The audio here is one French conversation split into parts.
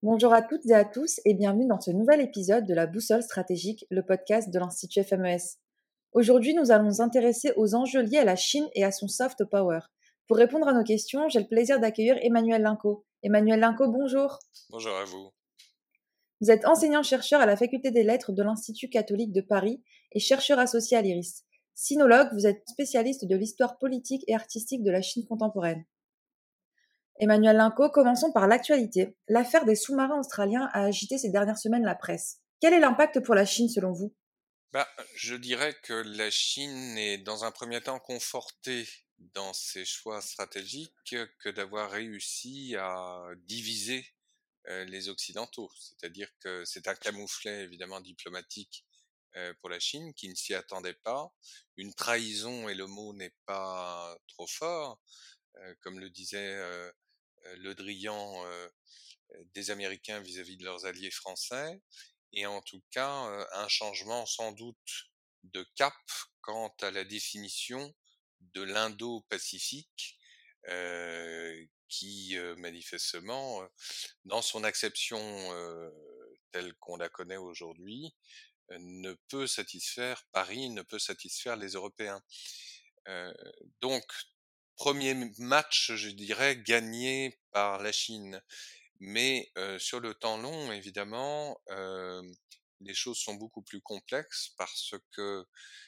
Bonjour à toutes et à tous et bienvenue dans ce nouvel épisode de la Boussole stratégique, le podcast de l'Institut FMES. Aujourd'hui, nous allons nous intéresser aux enjeux liés à la Chine et à son soft power. Pour répondre à nos questions, j'ai le plaisir d'accueillir Emmanuel Linco. Emmanuel Linco, bonjour. Bonjour à vous. Vous êtes enseignant-chercheur à la Faculté des Lettres de l'Institut catholique de Paris et chercheur associé à l'IRIS. Sinologue, vous êtes spécialiste de l'histoire politique et artistique de la Chine contemporaine. Emmanuel Linco, commençons par l'actualité. L'affaire des sous-marins australiens a agité ces dernières semaines la presse. Quel est l'impact pour la Chine selon vous? Je dirais que la Chine est dans un premier temps confortée dans ses choix stratégiques que d'avoir réussi à diviser les Occidentaux. C'est-à-dire que c'est un camouflet évidemment diplomatique pour la Chine qui ne s'y attendait pas. Une trahison, et le mot n'est pas trop fort, comme le disait Le Drian des Américains vis-à-vis de leurs alliés français, et en tout cas un changement sans doute de cap quant à la définition de l'Indo-Pacifique, qui manifestement, dans son acception telle qu'on la connaît aujourd'hui, ne peut satisfaire Paris, ne peut satisfaire les Européens. Euh, donc, premier match, je dirais, gagné par la Chine. Mais sur le temps long, évidemment, les choses sont beaucoup plus complexes parce que,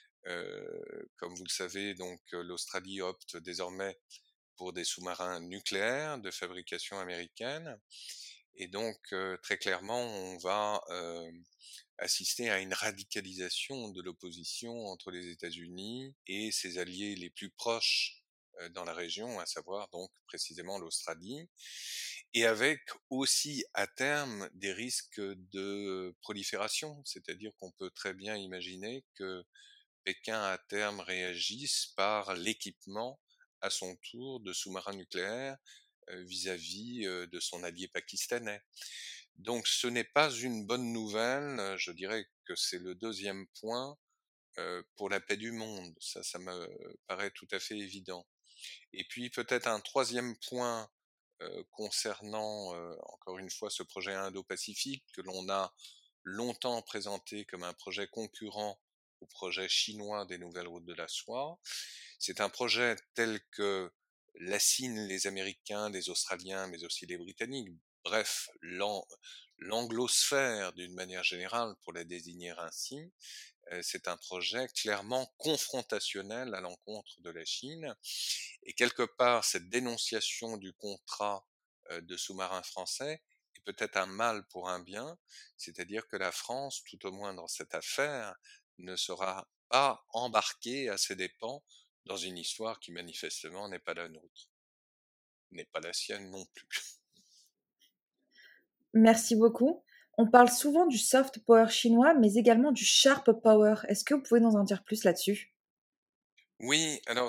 comme vous le savez, donc l'Australie opte désormais pour des sous-marins nucléaires de fabrication américaine, et donc très clairement, on va assister à une radicalisation de l'opposition entre les États-Unis et ses alliés les plus proches dans la région, à savoir donc précisément l'Australie, et avec aussi à terme des risques de prolifération, c'est-à-dire qu'on peut très bien imaginer que Pékin à terme réagisse par l'équipement à son tour de sous-marins nucléaires vis-à-vis de son allié pakistanais. Donc ce n'est pas une bonne nouvelle, je dirais que c'est le deuxième point pour la paix du monde, ça me paraît tout à fait évident. Et puis peut-être un troisième point concernant, encore une fois, ce projet Indo-Pacifique que l'on a longtemps présenté comme un projet concurrent au projet chinois des nouvelles routes de la soie. C'est un projet tel que l'assinent les Américains, les Australiens, mais aussi les Britanniques, bref, l'anglosphère d'une manière générale, pour la désigner ainsi. C'est un projet clairement confrontationnel à l'encontre de la Chine. Et quelque part, cette dénonciation du contrat de sous-marins français est peut-être un mal pour un bien, c'est-à-dire que la France, tout au moins dans cette affaire, ne sera pas embarquée à ses dépens dans une histoire qui manifestement n'est pas la nôtre, n'est pas la sienne non plus. Merci beaucoup. On parle souvent du soft power chinois, mais également du sharp power. Est-ce que vous pouvez nous en dire plus là-dessus? Oui, alors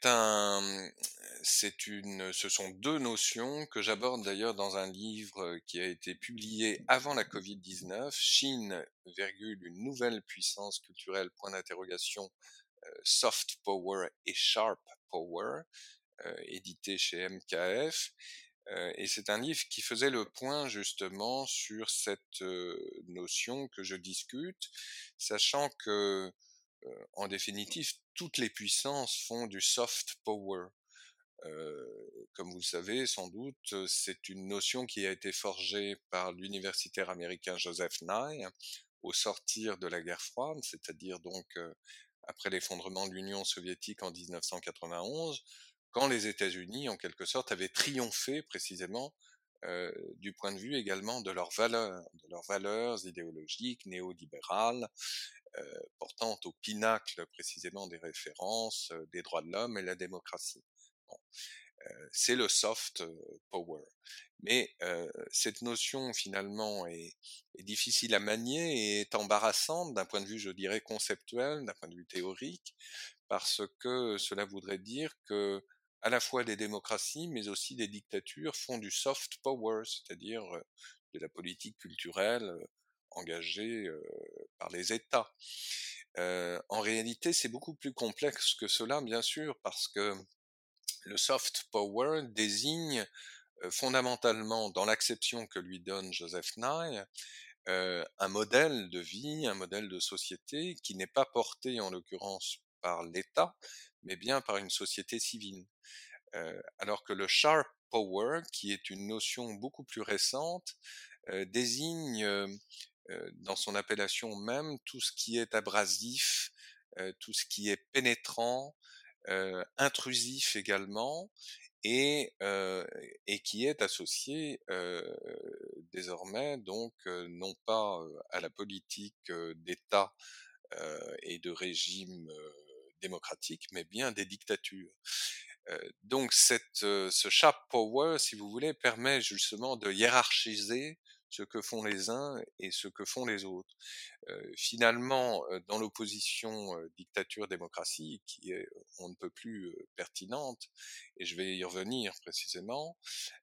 ce sont deux notions que j'aborde d'ailleurs dans un livre qui a été publié avant la Covid-19, Chine, virgule, une nouvelle puissance culturelle, point d'interrogation, soft power et sharp power, édité chez MKF. Et c'est un livre qui faisait le point justement sur cette notion que je discute, sachant que en définitive, toutes les puissances font du soft power. Comme vous le savez sans doute, c'est une notion qui a été forgée par l'universitaire américain Joseph Nye au sortir de la guerre froide, c'est-à-dire donc après l'effondrement de l'Union soviétique en 1991, quand les États-Unis, en quelque sorte, avaient triomphé précisément du point de vue également de leurs valeurs idéologiques néolibérales, portant au pinacle précisément des références des droits de l'homme et la démocratie. Bon, c'est le soft power. Mais cette notion finalement est difficile à manier et est embarrassante d'un point de vue, je dirais, conceptuel, d'un point de vue théorique, parce que cela voudrait dire que à la fois des démocraties, mais aussi des dictatures font du soft power, c'est-à-dire de la politique culturelle engagée par les États. En réalité, c'est beaucoup plus complexe que cela, bien sûr, parce que le soft power désigne fondamentalement dans l'acception que lui donne Joseph Nye, un modèle de vie, un modèle de société qui n'est pas porté en l'occurrence par l'État, mais bien par une société civile. Alors que le sharp power, qui est une notion beaucoup plus récente, désigne dans son appellation même tout ce qui est abrasif, tout ce qui est pénétrant, intrusif également, et, euh, et qui est associé désormais donc non pas à la politique d'État et de régime démocratique, mais bien des dictatures. Donc ce sharp power, si vous voulez, permet justement de hiérarchiser ce que font les uns et ce que font les autres. Finalement, dans l'opposition dictature-démocratie, qui est on ne peut plus pertinente, et je vais y revenir précisément,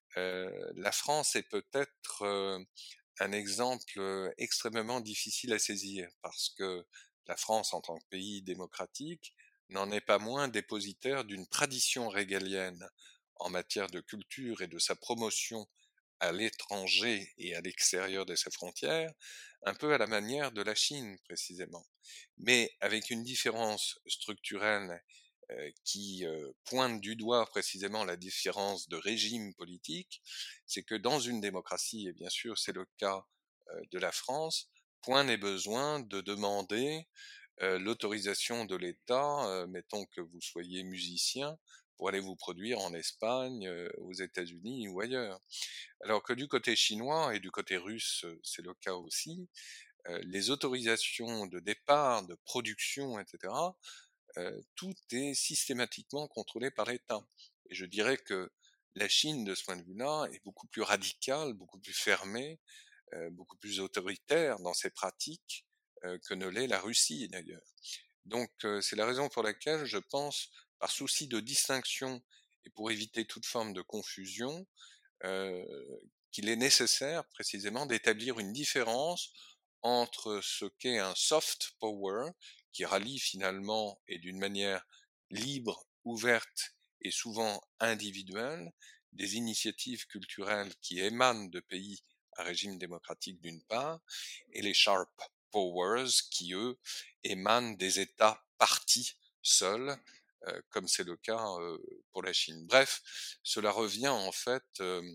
la France est peut-être un exemple extrêmement difficile à saisir, parce que la France, en tant que pays démocratique, n'en est pas moins dépositaire d'une tradition régalienne en matière de culture et de sa promotion à l'étranger et à l'extérieur de ses frontières, un peu à la manière de la Chine précisément, mais avec une différence structurelle qui pointe du doigt précisément la différence de régime politique, c'est que dans une démocratie, et bien sûr c'est le cas de la France, point n'est besoin de demander l'autorisation de l'État, mettons que vous soyez musicien, pour aller vous produire en Espagne, aux États-Unis ou ailleurs. Alors que du côté chinois et du côté russe, c'est le cas aussi, les autorisations de départ, de production, etc., tout est systématiquement contrôlé par l'État. Et je dirais que la Chine, de ce point de vue-là, est beaucoup plus radicale, beaucoup plus fermée, beaucoup plus autoritaire dans ses pratiques que ne l'est la Russie d'ailleurs. Donc c'est la raison pour laquelle je pense, par souci de distinction et pour éviter toute forme de confusion, euh, qu'il est nécessaire précisément d'établir une différence entre ce qu'est un soft power, qui rallie finalement et d'une manière libre, ouverte et souvent individuelle, des initiatives culturelles qui émanent de pays à régime démocratique d'une part, et les sharp powers qui, eux, émanent des États partis seuls, comme c'est le cas pour la Chine. Bref, cela revient en fait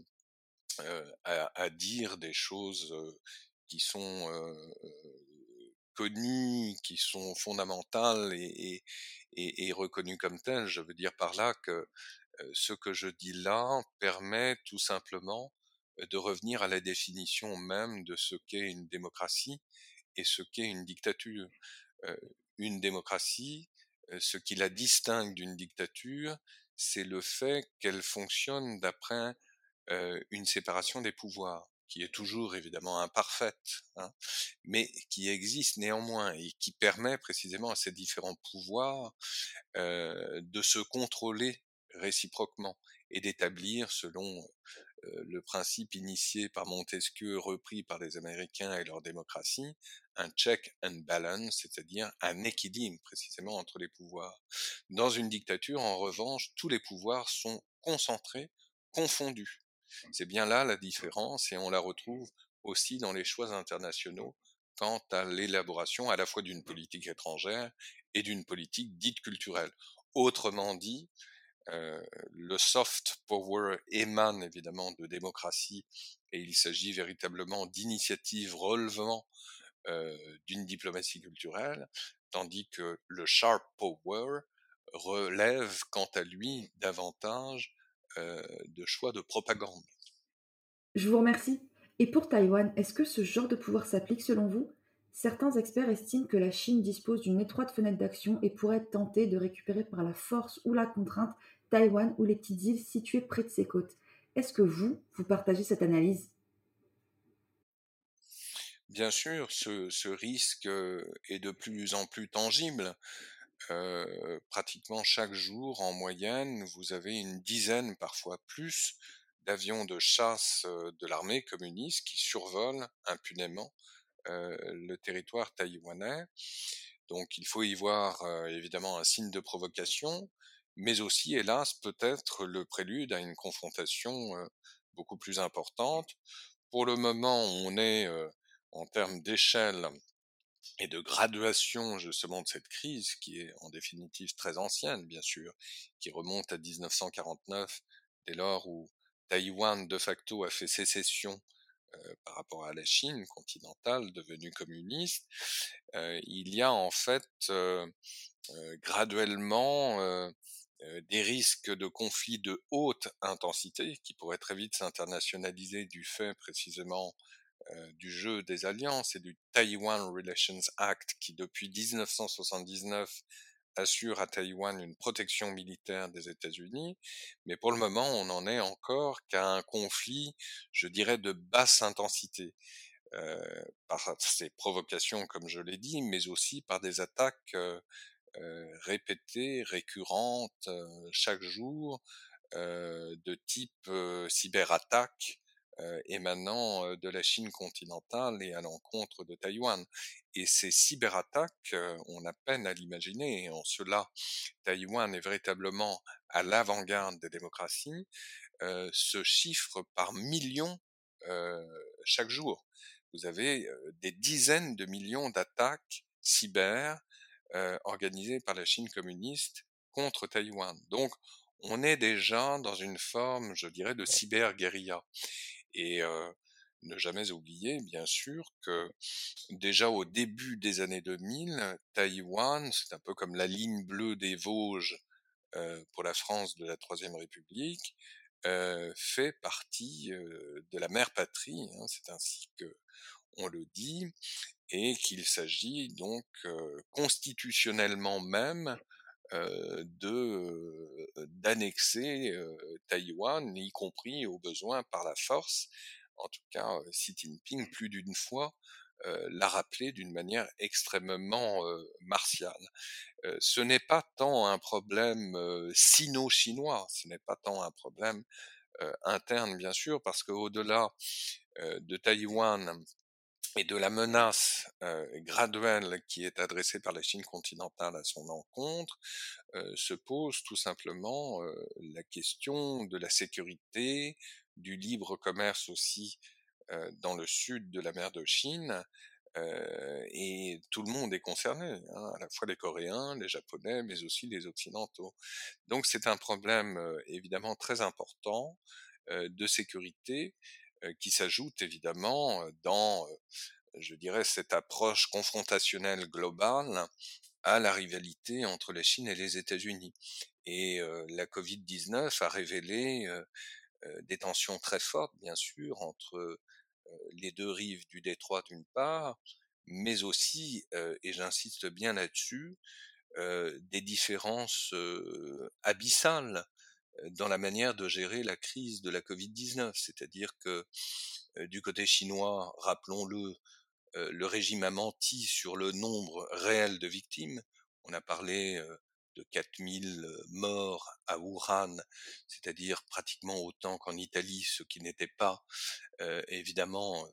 à dire des choses qui sont connues, qui sont fondamentales et reconnues comme telles. Je veux dire par là que ce que je dis là permet tout simplement de revenir à la définition même de ce qu'est une démocratie et ce qu'est une dictature. Euh, une démocratie, ce qui la distingue d'une dictature, c'est le fait qu'elle fonctionne d'après une séparation des pouvoirs, qui est toujours évidemment imparfaite, hein, mais qui existe néanmoins et qui permet précisément à ces différents pouvoirs de se contrôler réciproquement et d'établir, selon le principe initié par Montesquieu, repris par les Américains et leur démocratie, un check and balance, c'est-à-dire un équilibre précisément entre les pouvoirs. Dans une dictature, en revanche, tous les pouvoirs sont concentrés, confondus. C'est bien là la différence et on la retrouve aussi dans les choix internationaux quant à l'élaboration à la fois d'une politique étrangère et d'une politique dite culturelle. Autrement dit, le soft power émane évidemment de démocratie et il s'agit véritablement d'initiatives relevant d'une diplomatie culturelle, tandis que le sharp power relève quant à lui davantage de choix de propagande. Je vous remercie. Et pour Taïwan, est-ce que ce genre de pouvoir s'applique selon vous? Certains experts estiment que la Chine dispose d'une étroite fenêtre d'action et pourrait tenter de récupérer par la force ou la contrainte Taïwan ou les petites îles situées près de ses côtes. Est-ce que vous partagez cette analyse? Bien sûr, ce risque est de plus en plus tangible. Pratiquement chaque jour, en moyenne, vous avez une dizaine, parfois plus, d'avions de chasse de l'armée communiste qui survolent impunément le territoire taïwanais. Donc il faut y voir évidemment un signe de provocation, mais aussi, hélas, peut-être le prélude à une confrontation beaucoup plus importante. Pour le moment, on est en termes d'échelle et de graduation justement de cette crise, qui est en définitive très ancienne, bien sûr, qui remonte à 1949, dès lors où Taïwan de facto a fait sécession par rapport à la Chine continentale devenue communiste. Il y a en fait graduellement des risques de conflits de haute intensité qui pourraient très vite s'internationaliser du fait précisément du jeu des alliances et du Taiwan Relations Act qui depuis 1979 assure à Taïwan une protection militaire des États-Unis, mais pour le moment on n'en est encore qu'à un conflit, je dirais, de basse intensité, par ces provocations comme je l'ai dit, mais aussi par des attaques répétées, récurrentes, chaque jour, de type cyberattaque émanant de la Chine continentale et à l'encontre de Taïwan. Et ces cyberattaques, on a peine à l'imaginer. Et en cela, Taïwan est véritablement à l'avant-garde des démocraties, se chiffrent par millions euh, chaque jour. Vous avez des dizaines de millions d'attaques cyber organisées par la Chine communiste contre Taïwan. Donc, on est déjà dans une forme, je dirais, de cyber-guérilla. Et ne jamais oublier, bien sûr, que déjà au début des années 2000, Taïwan, c'est un peu comme la ligne bleue des Vosges pour la France de la Troisième République, fait partie de la mère patrie, hein, c'est ainsi que on le dit, et qu'il s'agit donc constitutionnellement même d'annexer Taïwan, y compris au besoin par la force. En tout cas, Xi Jinping, plus d'une fois, l'a rappelé d'une manière extrêmement martiale. Ce n'est pas tant un problème sino-chinois, ce n'est pas tant un problème interne, bien sûr, parce qu'au-delà de Taïwan et de la menace graduelle qui est adressée par la Chine continentale à son encontre, se pose tout simplement la question de la sécurité, du libre commerce aussi dans le sud de la mer de Chine, et tout le monde est concerné, hein, à la fois les Coréens, les Japonais, mais aussi les Occidentaux. Donc c'est un problème évidemment très important de sécurité qui s'ajoute évidemment dans, je dirais, cette approche confrontationnelle globale à la rivalité entre la Chine et les États-Unis. Et la Covid-19 a révélé des tensions très fortes, bien sûr, entre les deux rives du détroit d'une part, mais aussi, et j'insiste bien là-dessus, des différences abyssales dans la manière de gérer la crise de la Covid-19. C'est-à-dire que du côté chinois, rappelons-le, le régime a menti sur le nombre réel de victimes. On a parlé de 4000 morts à Wuhan, c'est-à-dire pratiquement autant qu'en Italie, ce qui n'était pas évidemment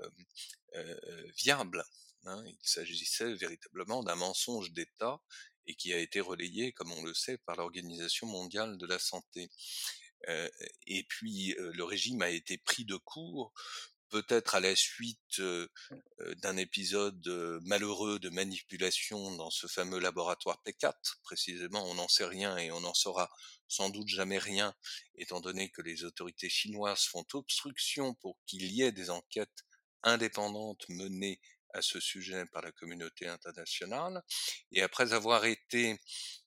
viable, hein. Il s'agissait véritablement d'un mensonge d'État et qui a été relayé, comme on le sait, par l'Organisation mondiale de la santé. Euh, et puis le régime a été pris de court, peut-être à la suite d'un épisode malheureux de manipulation dans ce fameux laboratoire P4, précisément, on n'en sait rien et on n'en saura sans doute jamais rien, étant donné que les autorités chinoises font obstruction pour qu'il y ait des enquêtes indépendantes menées à ce sujet par la communauté internationale. Et après avoir été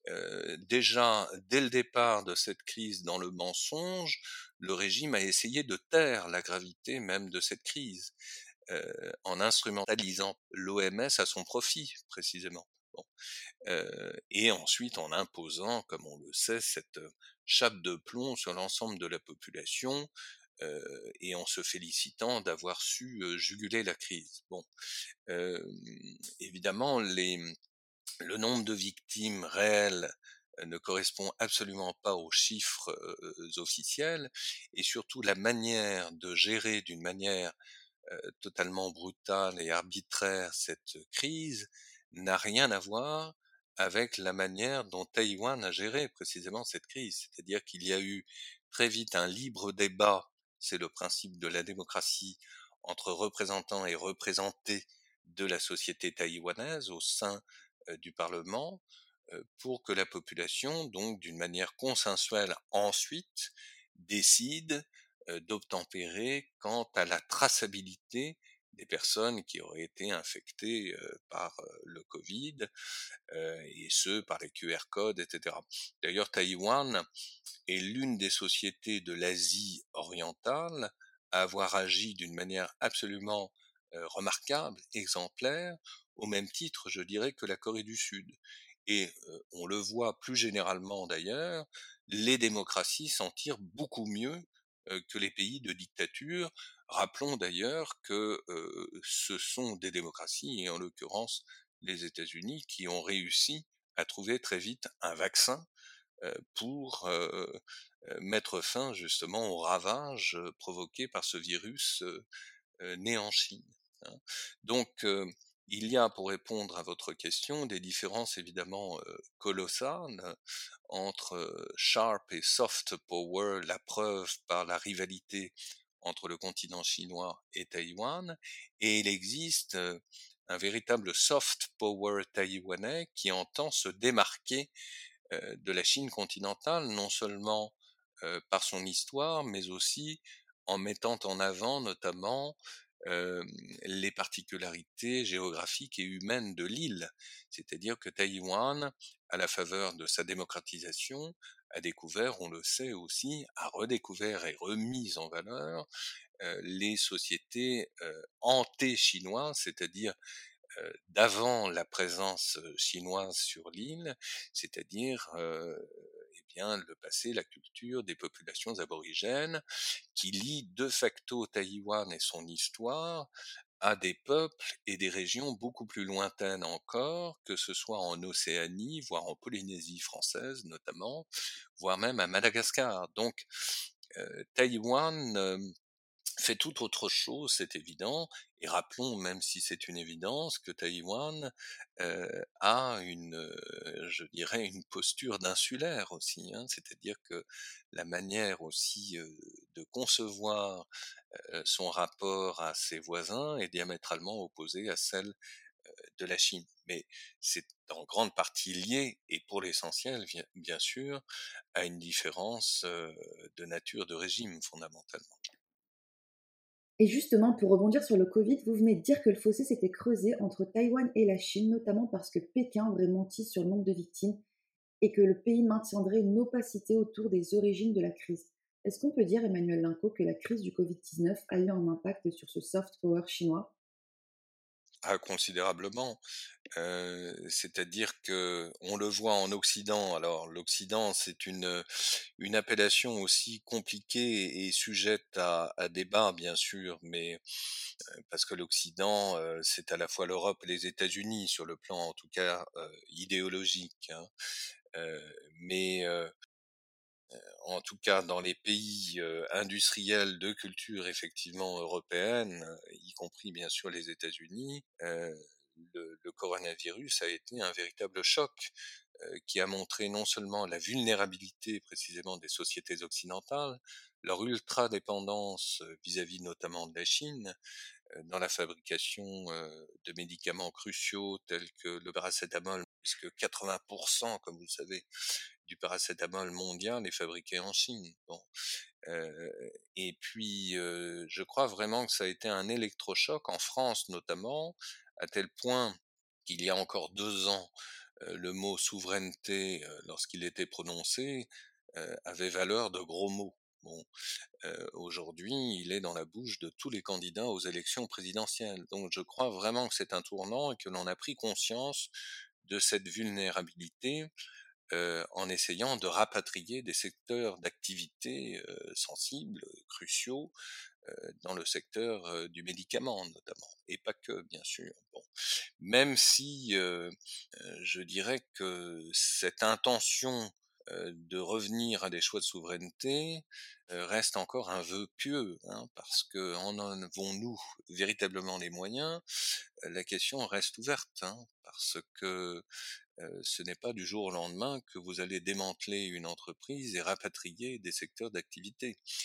déjà dès le départ de cette crise dans le mensonge, le régime a essayé de taire la gravité même de cette crise en instrumentalisant l'OMS à son profit, précisément. Bon. Et ensuite en imposant, comme on le sait, cette chape de plomb sur l'ensemble de la population et en se félicitant d'avoir su juguler la crise. Bon, euh, évidemment, le nombre de victimes réelles ne correspond absolument pas aux chiffres officiels et surtout la manière de gérer d'une manière totalement brutale et arbitraire cette crise n'a rien à voir avec la manière dont Taïwan a géré précisément cette crise. C'est-à-dire qu'il y a eu très vite un libre débat c'est le principe de la démocratie entre représentants et représentés de la société taïwanaise au sein du Parlement, pour que la population, donc d'une manière consensuelle ensuite, décide d'obtempérer quant à la traçabilité des personnes qui auraient été infectées par le Covid, et ce, par les QR codes, etc. D'ailleurs, Taïwan est l'une des sociétés de l'Asie orientale à avoir agi d'une manière absolument remarquable, exemplaire, au même titre, je dirais, que la Corée du Sud. Et on le voit plus généralement d'ailleurs, les démocraties s'en tirent beaucoup mieux que les pays de dictature. Rappelons d'ailleurs que ce sont des démocraties, et en l'occurrence les États-Unis, qui ont réussi à trouver très vite un vaccin pour mettre fin justement aux ravages provoqués par ce virus né en Chine, hein. Donc, il y a, pour répondre à votre question, des différences évidemment colossales entre sharp et soft power, la preuve par la rivalité entre le continent chinois et Taïwan, et il existe un véritable soft power taïwanais qui entend se démarquer de la Chine continentale, non seulement par son histoire, mais aussi en mettant en avant notamment euh, les particularités géographiques et humaines de l'île. C'est-à-dire que Taïwan, à la faveur de sa démocratisation, a découvert, on le sait aussi, a redécouvert et remis en valeur les sociétés anté-chinoises, c'est-à-dire d'avant la présence chinoise sur l'île, c'est-à-dire eh bien le passé, la culture des populations aborigènes, qui lie de facto Taïwan et son histoire à des peuples et des régions beaucoup plus lointaines encore, que ce soit en Océanie, voire en Polynésie française notamment, voire même à Madagascar. Donc Taïwan fait tout autre chose, c'est évident. Et rappelons, même si c'est une évidence, que Taïwan a une, je dirais, une posture d'insulaire aussi, hein. C'est-à-dire que la manière aussi de concevoir son rapport à ses voisins est diamétralement opposée à celle de la Chine. Mais c'est en grande partie lié, et pour l'essentiel, bien sûr, à une différence de nature de régime fondamentalement. Et justement, pour rebondir sur le Covid, vous venez de dire que le fossé s'était creusé entre Taïwan et la Chine, notamment parce que Pékin aurait menti sur le nombre de victimes et que le pays maintiendrait une opacité autour des origines de la crise. Est-ce qu'on peut dire, Emmanuel Linco, que la crise du Covid-19 a eu un impact sur ce soft power chinois? Ah, considérablement. C'est-à-dire que on le voit en Occident. Alors l'Occident, c'est une appellation aussi compliquée et sujette à débat, bien sûr, mais parce que l'Occident, c'est à la fois l'Europe et les États-Unis sur le plan, en tout cas, idéologique, hein. Mais en tout cas, dans les pays industriels de culture effectivement européenne, y compris bien sûr les États-Unis, le coronavirus a été un véritable choc qui a montré non seulement la vulnérabilité précisément des sociétés occidentales, leur ultra-dépendance vis-à-vis notamment de la Chine dans la fabrication de médicaments cruciaux tels que le paracétamol, puisque 80%, comme vous le savez, du paracétamol mondial est fabriqué en Chine. Bon. Euh, et puis, je crois vraiment que ça a été un électrochoc en France notamment, à tel point qu'il y a encore 2 ans, le mot souveraineté, lorsqu'il était prononcé, avait valeur de gros mots. Bon, aujourd'hui, il est dans la bouche de tous les candidats aux élections présidentielles. Donc, je crois vraiment que c'est un tournant et que l'on a pris conscience de cette vulnérabilité en essayant de rapatrier des secteurs d'activité sensibles, cruciaux, dans le secteur du médicament notamment, et pas que, bien sûr. Bon. Même si je dirais que cette intention de revenir à des choix de souveraineté reste encore un vœu pieux, hein, parce que en avons-nous véritablement les moyens? La question reste ouverte, hein, parce que ce n'est pas du jour au lendemain que vous allez démanteler une entreprise et rapatrier des secteurs d'activité.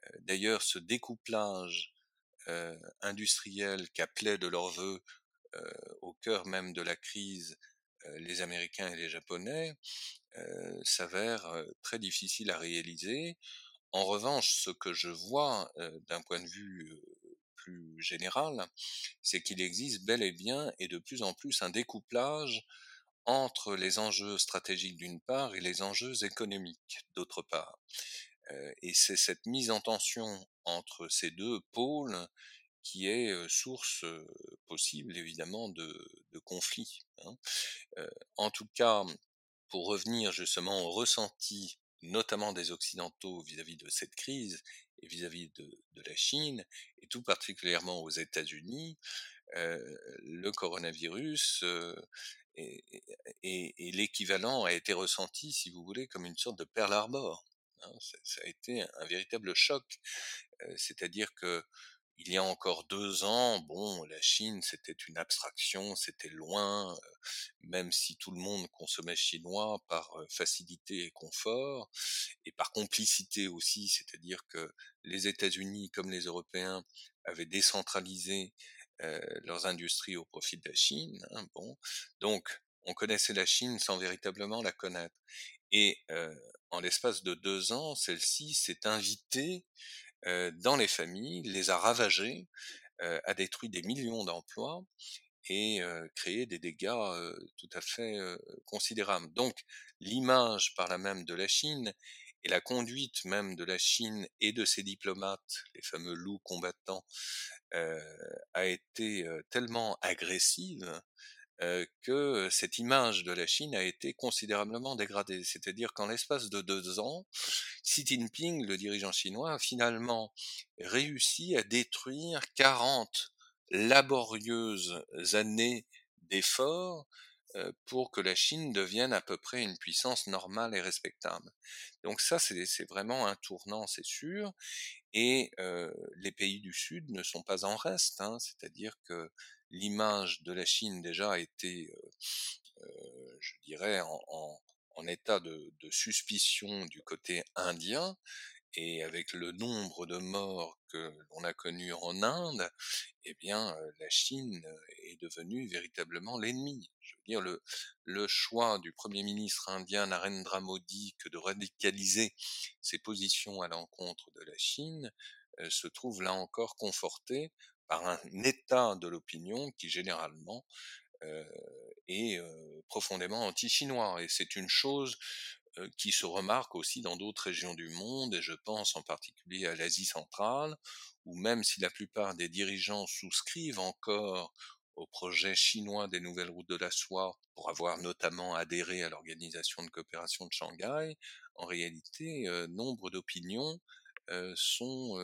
D'ailleurs, ce découplage industriel qu'appelaient de leur vœu au cœur même de la crise les Américains et les Japonais s'avère très difficile à réaliser. En revanche, ce que je vois d'un point de vue plus général, c'est qu'il existe bel et bien et de plus en plus un découplage entre les enjeux stratégiques d'une part et les enjeux économiques d'autre part. Et c'est cette mise en tension entre ces deux pôles qui est source possible évidemment de conflits, hein. En tout cas, pour revenir justement au ressenti, notamment des Occidentaux vis-à-vis de cette crise et vis-à-vis de la Chine, et tout particulièrement aux États-Unis, le coronavirus et, et l'équivalent a été ressenti, si vous voulez, comme une sorte de Pearl Harbor, hein. Ça a été un véritable choc. C'est-à-dire que il y a encore 2 ans, bon, la Chine, c'était une abstraction, c'était loin, même si tout le monde consommait chinois par, facilité et confort et par complicité aussi. C'est-à-dire que les États-Unis, comme les Européens, avaient décentralisé, leurs industries au profit de la Chine, hein, bon. Donc on connaissait la Chine sans véritablement la connaître et en l'espace de 2 ans, celle-ci s'est invitée dans les familles, les a ravagés, a détruit des millions d'emplois et créé des dégâts tout à fait considérables. Donc l'image par là même de la Chine et la conduite même de la Chine et de ses diplomates, les fameux loups combattants, euh, a été tellement agressive que cette image de la Chine a été considérablement dégradée. C'est-à-dire qu'en l'espace de 2 ans, Xi Jinping, le dirigeant chinois, a finalement réussi à détruire 40 laborieuses années d'efforts pour que la Chine devienne à peu près une puissance normale et respectable. Donc ça, c'est vraiment un tournant, c'est sûr. Et les pays du Sud ne sont pas en reste, hein, c'est-à-dire que l'image de la Chine déjà a été, je dirais, en état de suspicion du côté indien, et avec le nombre de morts que l'on a connu en Inde, eh bien, la Chine est devenue véritablement l'ennemi. Je veux dire, le choix du Premier ministre indien Narendra Modi que de radicaliser ses positions à l'encontre de la Chine se trouve là encore conforté par un état de l'opinion qui généralement euh, est profondément anti-chinois. Et c'est une chose qui se remarque aussi dans d'autres régions du monde, et je pense en particulier à l'Asie centrale, où même si la plupart des dirigeants souscrivent encore au projet chinois des nouvelles routes de la soie, pour avoir notamment adhéré à l'organisation de coopération de Shanghai, en réalité, nombre d'opinions sont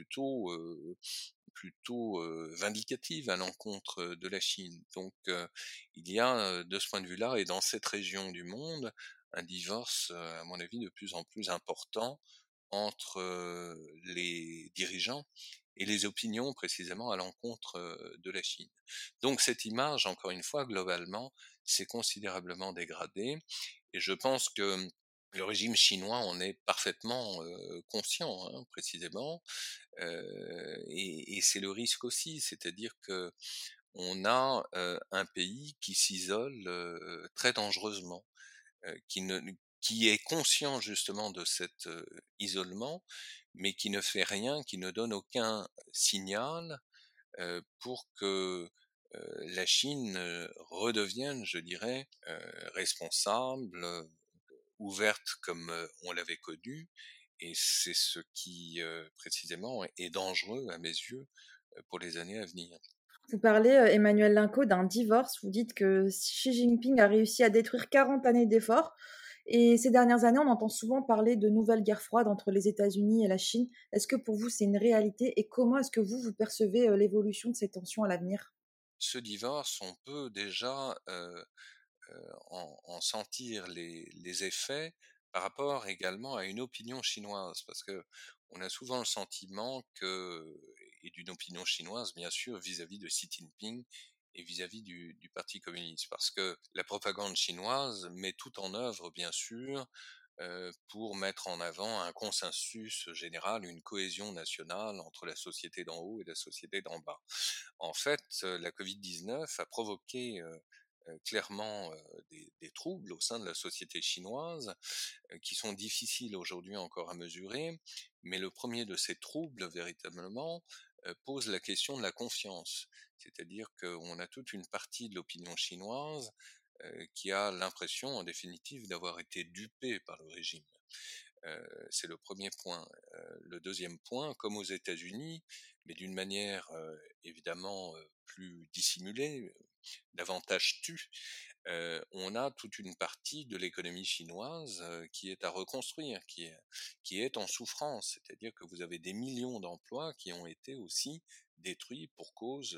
plutôt vindicative à l'encontre de la Chine. Donc il y a de ce point de vue-là et dans cette région du monde un divorce, à mon avis, de plus en plus important entre les dirigeants et les opinions précisément à l'encontre de la Chine. Donc cette image, encore une fois, globalement, s'est considérablement dégradée et je pense que le régime chinois en est parfaitement conscient, hein, précisément, et c'est le risque aussi, c'est-à-dire que on a un pays qui s'isole très dangereusement, qui ne qui est conscient justement de cet isolement, mais qui ne fait rien, qui ne donne aucun signal pour que la Chine redevienne, je dirais, responsable, ouverte comme on l'avait connue, et c'est ce qui précisément est dangereux à mes yeux pour les années à venir. Vous parlez, Emmanuel Linco, d'un divorce. Vous dites que Xi Jinping a réussi à détruire 40 années d'efforts. Et ces dernières années, on entend souvent parler de nouvelles guerres froides entre les États-Unis et la Chine. Est-ce que pour vous, c'est une réalité? Et comment est-ce que vous percevez l'évolution de ces tensions à l'avenir? Ce divorce, on peut déjà en sentir les effets par rapport également à une opinion chinoise, parce que on a souvent le sentiment que, et d'une opinion chinoise bien sûr vis-à-vis de Xi Jinping et vis-à-vis du Parti communiste, parce que la propagande chinoise met tout en œuvre bien sûr pour mettre en avant un consensus général, une cohésion nationale entre la société d'en haut et la société d'en bas. En fait, la Covid-19 a provoqué, clairement, des troubles au sein de la société chinoise, qui sont difficiles aujourd'hui encore à mesurer, mais le premier de ces troubles véritablement, pose la question de la confiance. C'est-à-dire qu'on a toute une partie de l'opinion chinoise, qui a l'impression en définitive d'avoir été dupée par le régime. C'est le premier point. Le deuxième point, comme aux États-Unis, mais d'une manière, évidemment, plus dissimulée, davantage tue, on a toute une partie de l'économie chinoise, qui est à reconstruire, qui est en souffrance. C'est-à-dire que vous avez des millions d'emplois qui ont été aussi détruits pour cause,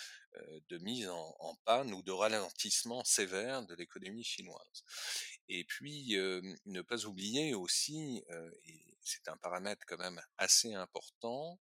de mise en panne ou de ralentissement sévère de l'économie chinoise. Et puis, ne pas oublier aussi, et c'est un paramètre quand même assez important,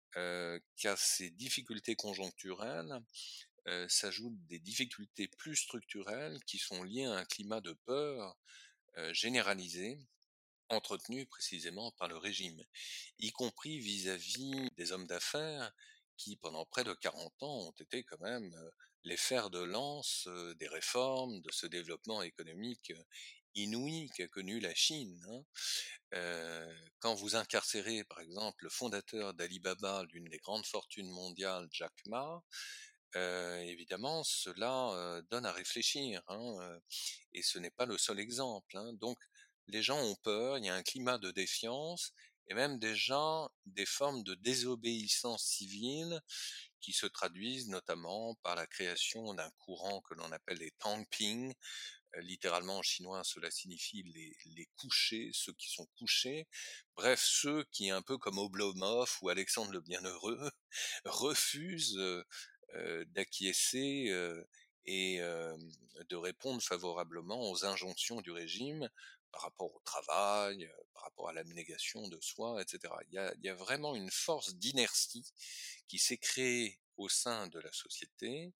qu'à ces difficultés conjoncturelles, s'ajoutent des difficultés plus structurelles qui sont liées à un climat de peur, généralisé, entretenu précisément par le régime, y compris vis-à-vis des hommes d'affaires qui, pendant près de 40 ans, ont été quand même, les fers de lance, des réformes, de ce développement économique, inouï qu'a connu la Chine, hein. Quand vous incarcérez, par exemple, le fondateur d'Alibaba, l'une des grandes fortunes mondiales, Jack Ma, évidemment, cela, donne à réfléchir, hein, et ce n'est pas le seul exemple, hein. Donc les gens ont peur, il y a un climat de défiance et même déjà des formes de désobéissance civile qui se traduisent notamment par la création d'un courant que l'on appelle les Tangping. Littéralement en chinois, cela signifie les couchés, ceux qui sont couchés. Bref, ceux qui, un peu comme Oblomov ou Alexandre le Bienheureux, refusent, d'acquiescer, et de répondre favorablement aux injonctions du régime par rapport au travail, par rapport à l'abnégation de soi, etc. Il y a vraiment une force d'inertie qui s'est créée au sein de la société,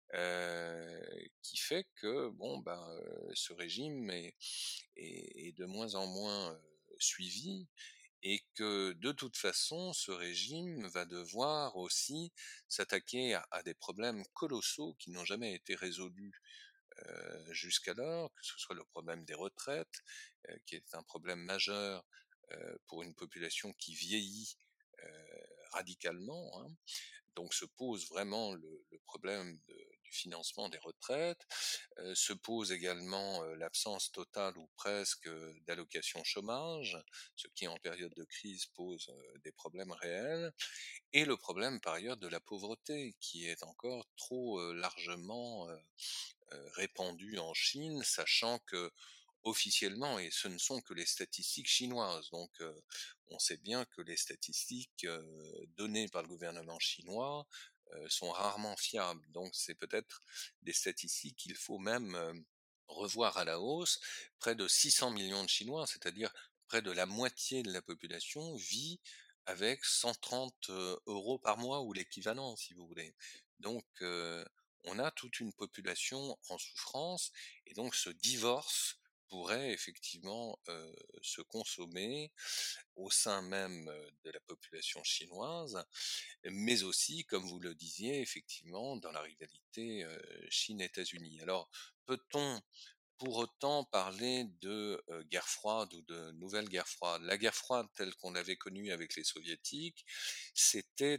qui fait que bon ben, ce régime est de moins en moins, suivi et que de toute façon ce régime va devoir aussi s'attaquer à des problèmes colossaux qui n'ont jamais été résolus, jusqu'alors, que ce soit le problème des retraites, qui est un problème majeur, pour une population qui vieillit, radicalement, hein. Donc se pose vraiment le problème du financement des retraites, se pose également, l'absence totale ou presque, d'allocation chômage, ce qui en période de crise pose, des problèmes réels, et le problème par ailleurs de la pauvreté qui est encore trop, largement, répandu en Chine, sachant que officiellement, et ce ne sont que les statistiques chinoises, donc on sait bien que les statistiques, données par le gouvernement chinois, sont rarement fiables. Donc c'est peut-être des statistiques qu'il faut même, revoir à la hausse. Près de 600 millions de Chinois, c'est-à-dire près de la moitié de la population, vit avec 130 euros par mois ou l'équivalent, si vous voulez. Donc on a toute une population en souffrance et donc ce divorce pourrait effectivement, se consommer au sein même, de la population chinoise, mais aussi, comme vous le disiez, effectivement, dans la rivalité, Chine-États-Unis. Alors, peut-on pour autant parler de, guerre froide ou de nouvelle guerre froide? La guerre froide telle qu'on l'avait connue avec les soviétiques, c'était,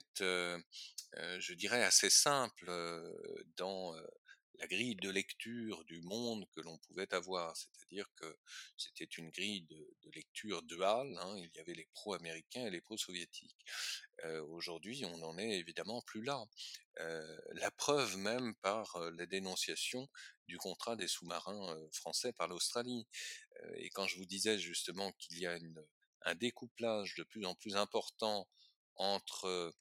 je dirais assez simple, dans, la grille de lecture du monde que l'on pouvait avoir. C'est-à-dire que c'était une grille de lecture duale, hein, il y avait les pro-américains et les pro-soviétiques. Aujourd'hui, on n'en est évidemment plus là. La preuve même par, la dénonciation du contrat des sous-marins, français par l'Australie. Et quand je vous disais justement qu'il y a un découplage de plus en plus important entre,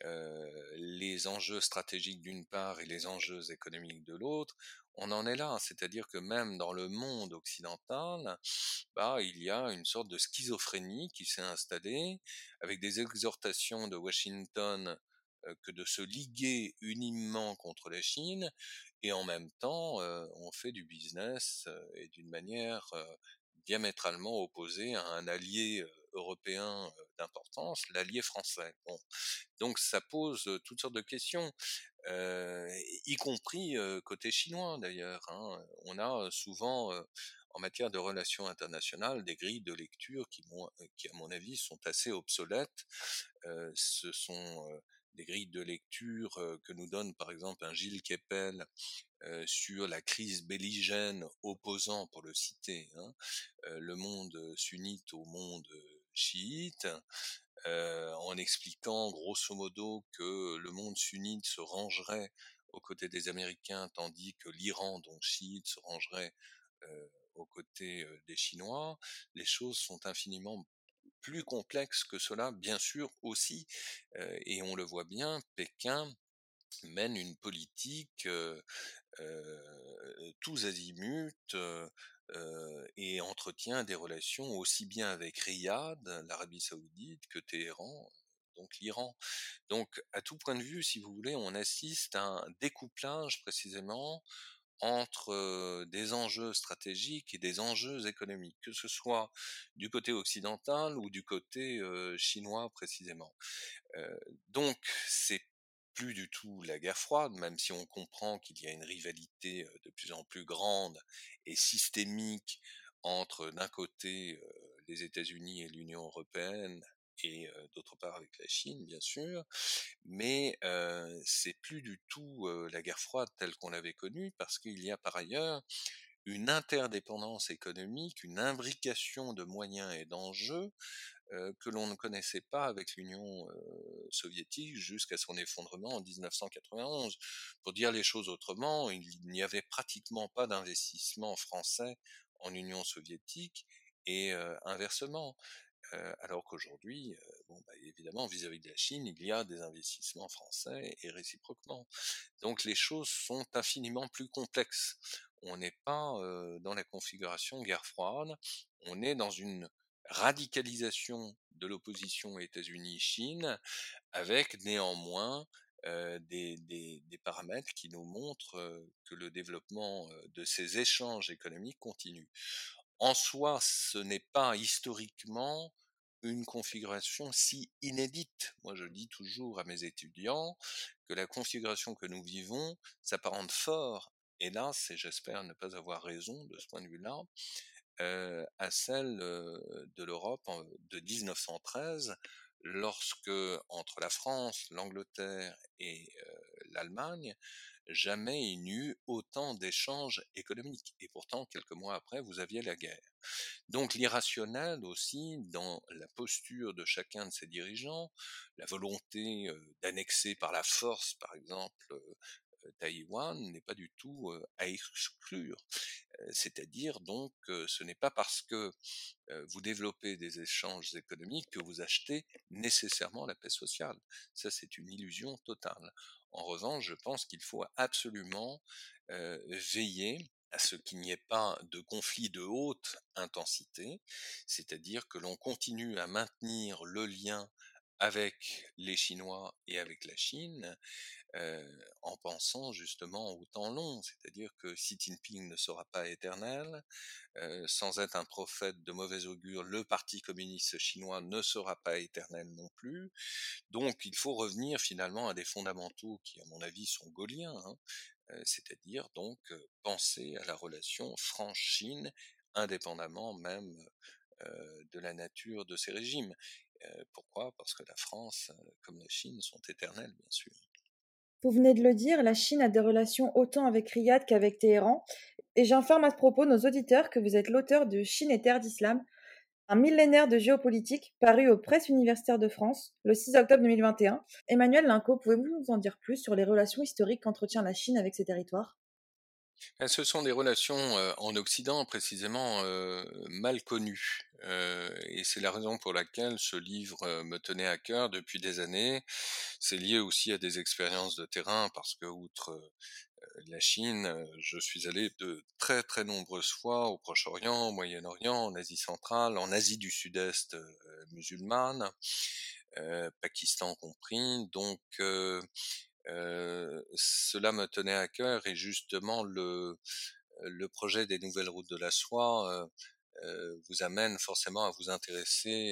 les enjeux stratégiques d'une part et les enjeux économiques de l'autre, on en est là. C'est-à-dire que même dans le monde occidental, bah, il y a une sorte de schizophrénie qui s'est installée, avec des exhortations de Washington, que de se liguer uniment contre la Chine, et en même temps, on fait du business, et d'une manière, diamétralement opposé à un allié européen d'importance, l'allié français. Bon. Donc ça pose toutes sortes de questions, euh, y compris côté chinois d'ailleurs, hein. On a souvent, en matière de relations internationales, des grilles de lecture qui, à mon avis, sont assez obsolètes. Ce sont des grilles de lecture que nous donne par exemple un Gilles Kepel sur la crise belligène opposant, pour le citer, hein, le monde sunnite au monde chiite, en expliquant grosso modo que le monde sunnite se rangerait aux côtés des Américains, tandis que l'Iran, donc chiite, se rangerait aux côtés des Chinois. Les choses sont infiniment plus complexes que cela, bien sûr aussi, et on le voit bien, Pékin mène une politique tous azimuts, et entretient des relations aussi bien avec Riyad, l'Arabie Saoudite, que Téhéran, donc l'Iran. Donc, à tout point de vue, si vous voulez, on assiste à un découplage précisément entre des enjeux stratégiques et des enjeux économiques, que ce soit du côté occidental ou du côté chinois précisément. Euh, donc, c'est plus du tout la guerre froide, même si on comprend qu'il y a une rivalité de plus en plus grande et systémique entre d'un côté les États-Unis et l'Union européenne et d'autre part avec la Chine, bien sûr, mais c'est plus du tout la guerre froide telle qu'on l'avait connue, parce qu'il y a par ailleurs une interdépendance économique, une imbrication de moyens et d'enjeux que l'on ne connaissait pas avec l'Union soviétique jusqu'à son effondrement en 1991. Pour dire les choses autrement, il n'y avait pratiquement pas d'investissement français en Union soviétique et inversement. Alors qu'aujourd'hui, bon, bah, évidemment, vis-à-vis de la Chine, il y a des investissements français et réciproquement. Donc les choses sont infiniment plus complexes. On n'est pas dans la configuration guerre froide, on est dans une radicalisation de l'opposition États-Unis-Chine, avec néanmoins des paramètres qui nous montrent que le développement de ces échanges économiques continue. En soi, ce n'est pas historiquement une configuration si inédite. Moi, je dis toujours à mes étudiants que la configuration que nous vivons s'apparente fort, hélas, et j'espère ne pas avoir raison de ce point de vue-là, à celle de l'Europe de 1913, lorsque, entre la France, l'Angleterre et l'Allemagne, jamais il n'y eut autant d'échanges économiques. Et pourtant, quelques mois après, vous aviez la guerre. Donc l'irrationnel aussi dans la posture de chacun de ces dirigeants, la volonté d'annexer par la force, par exemple, Taïwan, n'est pas du tout à exclure. C'est-à-dire donc ce n'est pas parce que vous développez des échanges économiques que vous achetez nécessairement la paix sociale. Ça, c'est une illusion totale. En revanche, je pense qu'il faut absolument veiller à ce qu'il n'y ait pas de conflit de haute intensité, c'est-à-dire que l'on continue à maintenir le lien avec les Chinois et avec la Chine, en pensant justement au temps long, c'est-à-dire que Xi Jinping ne sera pas éternel, sans être un prophète de mauvais augure, le Parti communiste chinois ne sera pas éternel non plus. Donc il faut revenir finalement à des fondamentaux qui, à mon avis, sont gaulliens, hein, c'est-à-dire donc penser à la relation France-Chine, indépendamment même de la nature de ces régimes. Pourquoi? Parce que la France, comme la Chine, sont éternelles, bien sûr. Vous venez de le dire, la Chine a des relations autant avec Riyad qu'avec Téhéran. Et j'informe à ce propos nos auditeurs que vous êtes l'auteur de Chine et terre d'islam, un millénaire de géopolitique, paru aux Presses universitaires de France le 6 octobre 2021. Emmanuel Linco, pouvez-vous nous en dire plus sur les relations historiques qu'entretient la Chine avec ces territoires? Ce sont des relations en Occident précisément mal connues, et c'est la raison pour laquelle ce livre me tenait à cœur depuis des années. C'est lié aussi à des expériences de terrain parce que outre la Chine, je suis allé de très très nombreuses fois au Proche-Orient, au Moyen-Orient, en Asie centrale, en Asie du Sud-Est musulmane, Pakistan compris. Donc cela me tenait à cœur et justement le projet des nouvelles routes de la soie vous amène forcément à vous intéresser,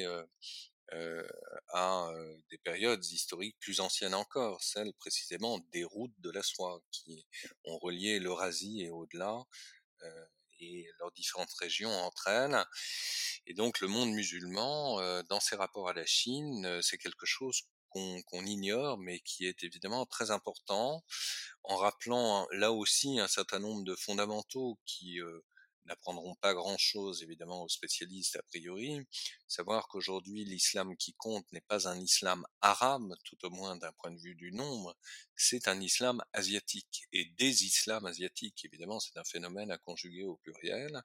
heu, à, des périodes historiques plus anciennes encore, celles précisément des routes de la soie qui ont relié l'Eurasie et au-delà, heu, et leurs différentes régions entre elles. Et donc le monde musulman, dans ses rapports à la Chine, c'est quelque chose qu'on ignore, mais qui est évidemment très important, en rappelant là aussi un certain nombre de fondamentaux qui, n'apprendront pas grand-chose évidemment aux spécialistes a priori. Savoir qu'aujourd'hui l'islam qui compte n'est pas un islam arabe, tout au moins d'un point de vue du nombre, c'est un islam asiatique et des islams asiatiques. Évidemment, c'est un phénomène à conjuguer au pluriel,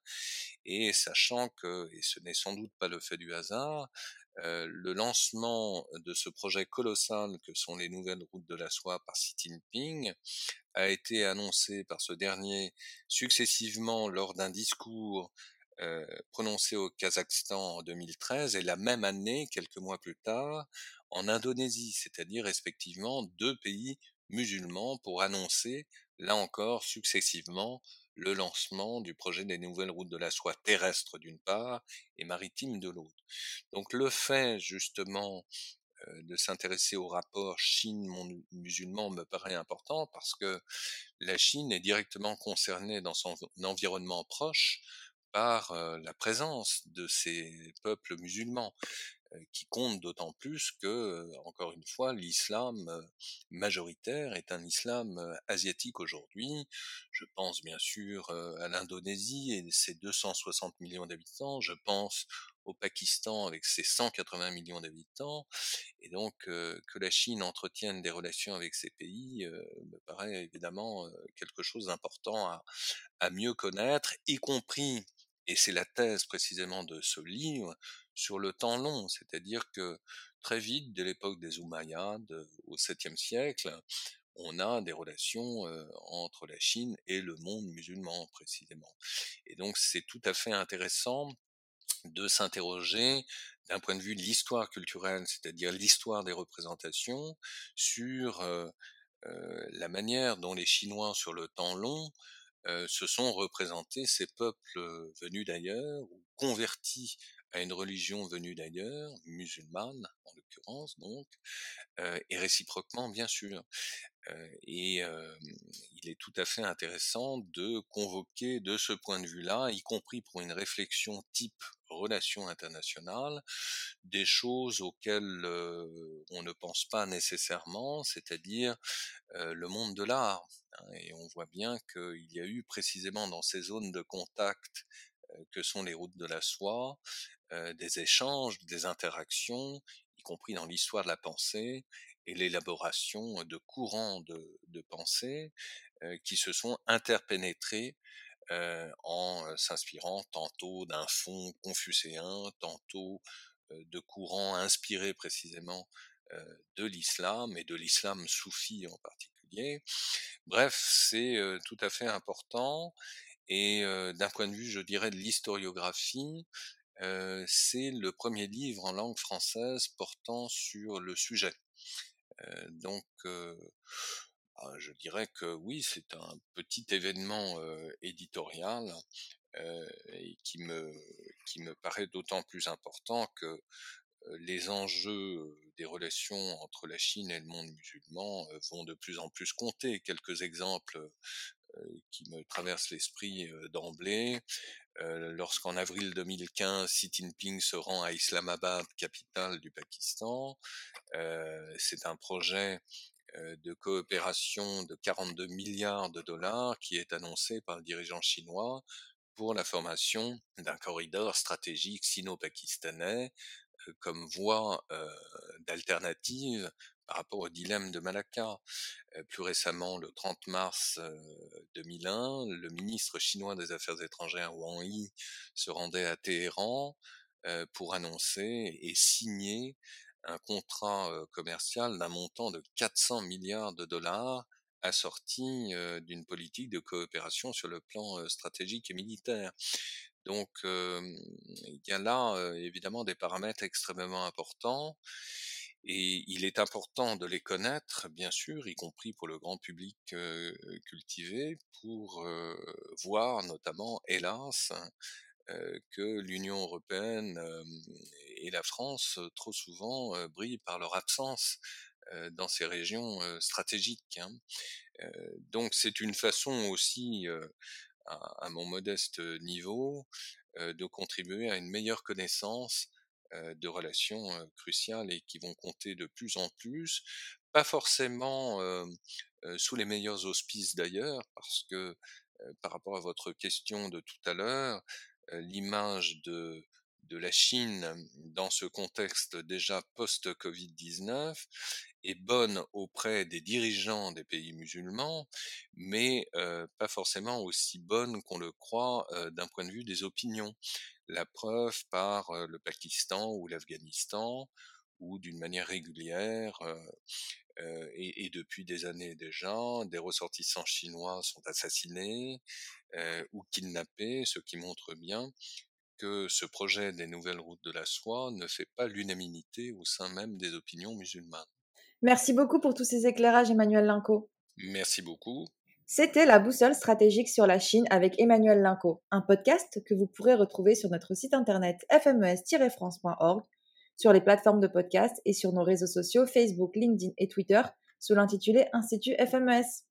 et sachant que, et ce n'est sans doute pas le fait du hasard, le lancement de ce projet colossal que sont les nouvelles routes de la soie par Xi Jinping a été annoncé par ce dernier successivement lors d'un discours prononcé au Kazakhstan en 2013 et la même année, quelques mois plus tard, en Indonésie, c'est-à-dire respectivement deux pays musulmans pour annoncer, là encore successivement, le lancement du projet des nouvelles routes de la soie terrestre d'une part et maritime de l'autre. Donc le fait justement de s'intéresser au rapport Chine-monde musulman me paraît important parce que la Chine est directement concernée dans son environnement proche par la présence de ces peuples musulmans, qui comptent d'autant plus que, encore une fois, l'islam majoritaire est un islam asiatique aujourd'hui. Je pense bien sûr à l'Indonésie et ses 260 millions d'habitants, je pense au Pakistan avec ses 180 millions d'habitants, et donc que la Chine entretienne des relations avec ces pays me paraît évidemment quelque chose d'important à mieux connaître, y compris, et c'est la thèse précisément de ce livre, sur le temps long. C'est-à-dire que très vite, dès l'époque des Omeyyades, au 7e siècle, on a des relations entre la Chine et le monde musulman précisément. Et donc c'est tout à fait intéressant de s'interroger d'un point de vue de l'histoire culturelle, c'est-à-dire l'histoire des représentations, sur la manière dont les Chinois, sur le temps long, se sont représentés ces peuples venus d'ailleurs ou convertis à une religion venue d'ailleurs, musulmane en l'occurrence donc, et réciproquement bien sûr. Et il est tout à fait intéressant de convoquer de ce point de vue-là, y compris pour une réflexion type relations internationales, des choses auxquelles on ne pense pas nécessairement, c'est-à-dire le monde de l'art, hein. Et on voit bien qu'il y a eu précisément dans ces zones de contact que sont les routes de la soie, des échanges, des interactions, y compris dans l'histoire de la pensée et l'élaboration de courants de pensée qui se sont interpénétrés en s'inspirant tantôt d'un fond confucéen, tantôt de courants inspirés précisément de l'islam et de l'islam soufi en particulier. Bref, c'est tout à fait important, et d'un point de vue, je dirais, de l'historiographie, c'est le premier livre en langue française portant sur le sujet. Donc, je dirais que oui, c'est un petit événement éditorial et qui me paraît d'autant plus important que les enjeux des relations entre la Chine et le monde musulman vont de plus en plus compter. Quelques exemples qui me traversent l'esprit d'emblée. Lorsqu'en avril 2015, Xi Jinping se rend à Islamabad, capitale du Pakistan, c'est un projet de coopération de 42 milliards de dollars qui est annoncé par le dirigeant chinois pour la formation d'un corridor stratégique sino-pakistanais comme voie d'alternative par rapport au dilemme de Malacca. Plus récemment, le 30 mars 2001, le ministre chinois des Affaires étrangères Wang Yi se rendait à Téhéran pour annoncer et signer un contrat commercial d'un montant de 400 milliards de dollars assorti d'une politique de coopération sur le plan stratégique et militaire. Donc, il y a là évidemment des paramètres extrêmement importants, et il est important de les connaître, bien sûr, y compris pour le grand public cultivé, pour voir notamment, hélas, que l'Union européenne et la France, trop souvent, brillent par leur absence dans ces régions stratégiques, hein. Donc c'est une façon aussi, à mon modeste niveau, de contribuer à une meilleure connaissance de relations cruciales et qui vont compter de plus en plus, pas forcément sous les meilleurs auspices d'ailleurs, parce que par rapport à votre question de tout à l'heure, l'image de la Chine dans ce contexte déjà post-Covid-19 est bonne auprès des dirigeants des pays musulmans, mais pas forcément aussi bonne qu'on le croit d'un point de vue des opinions. La preuve par le Pakistan ou l'Afghanistan, où d'une manière régulière et depuis des années déjà, des ressortissants chinois sont assassinés ou kidnappés, ce qui montre bien que ce projet des nouvelles routes de la soie ne fait pas l'unanimité au sein même des opinions musulmanes. Merci beaucoup pour tous ces éclairages, Emmanuel Linco. Merci beaucoup. C'était la boussole stratégique sur la Chine avec Emmanuel Linco, un podcast que vous pourrez retrouver sur notre site internet fmes-france.org, sur les plateformes de podcast et sur nos réseaux sociaux Facebook, LinkedIn et Twitter sous l'intitulé Institut FMES.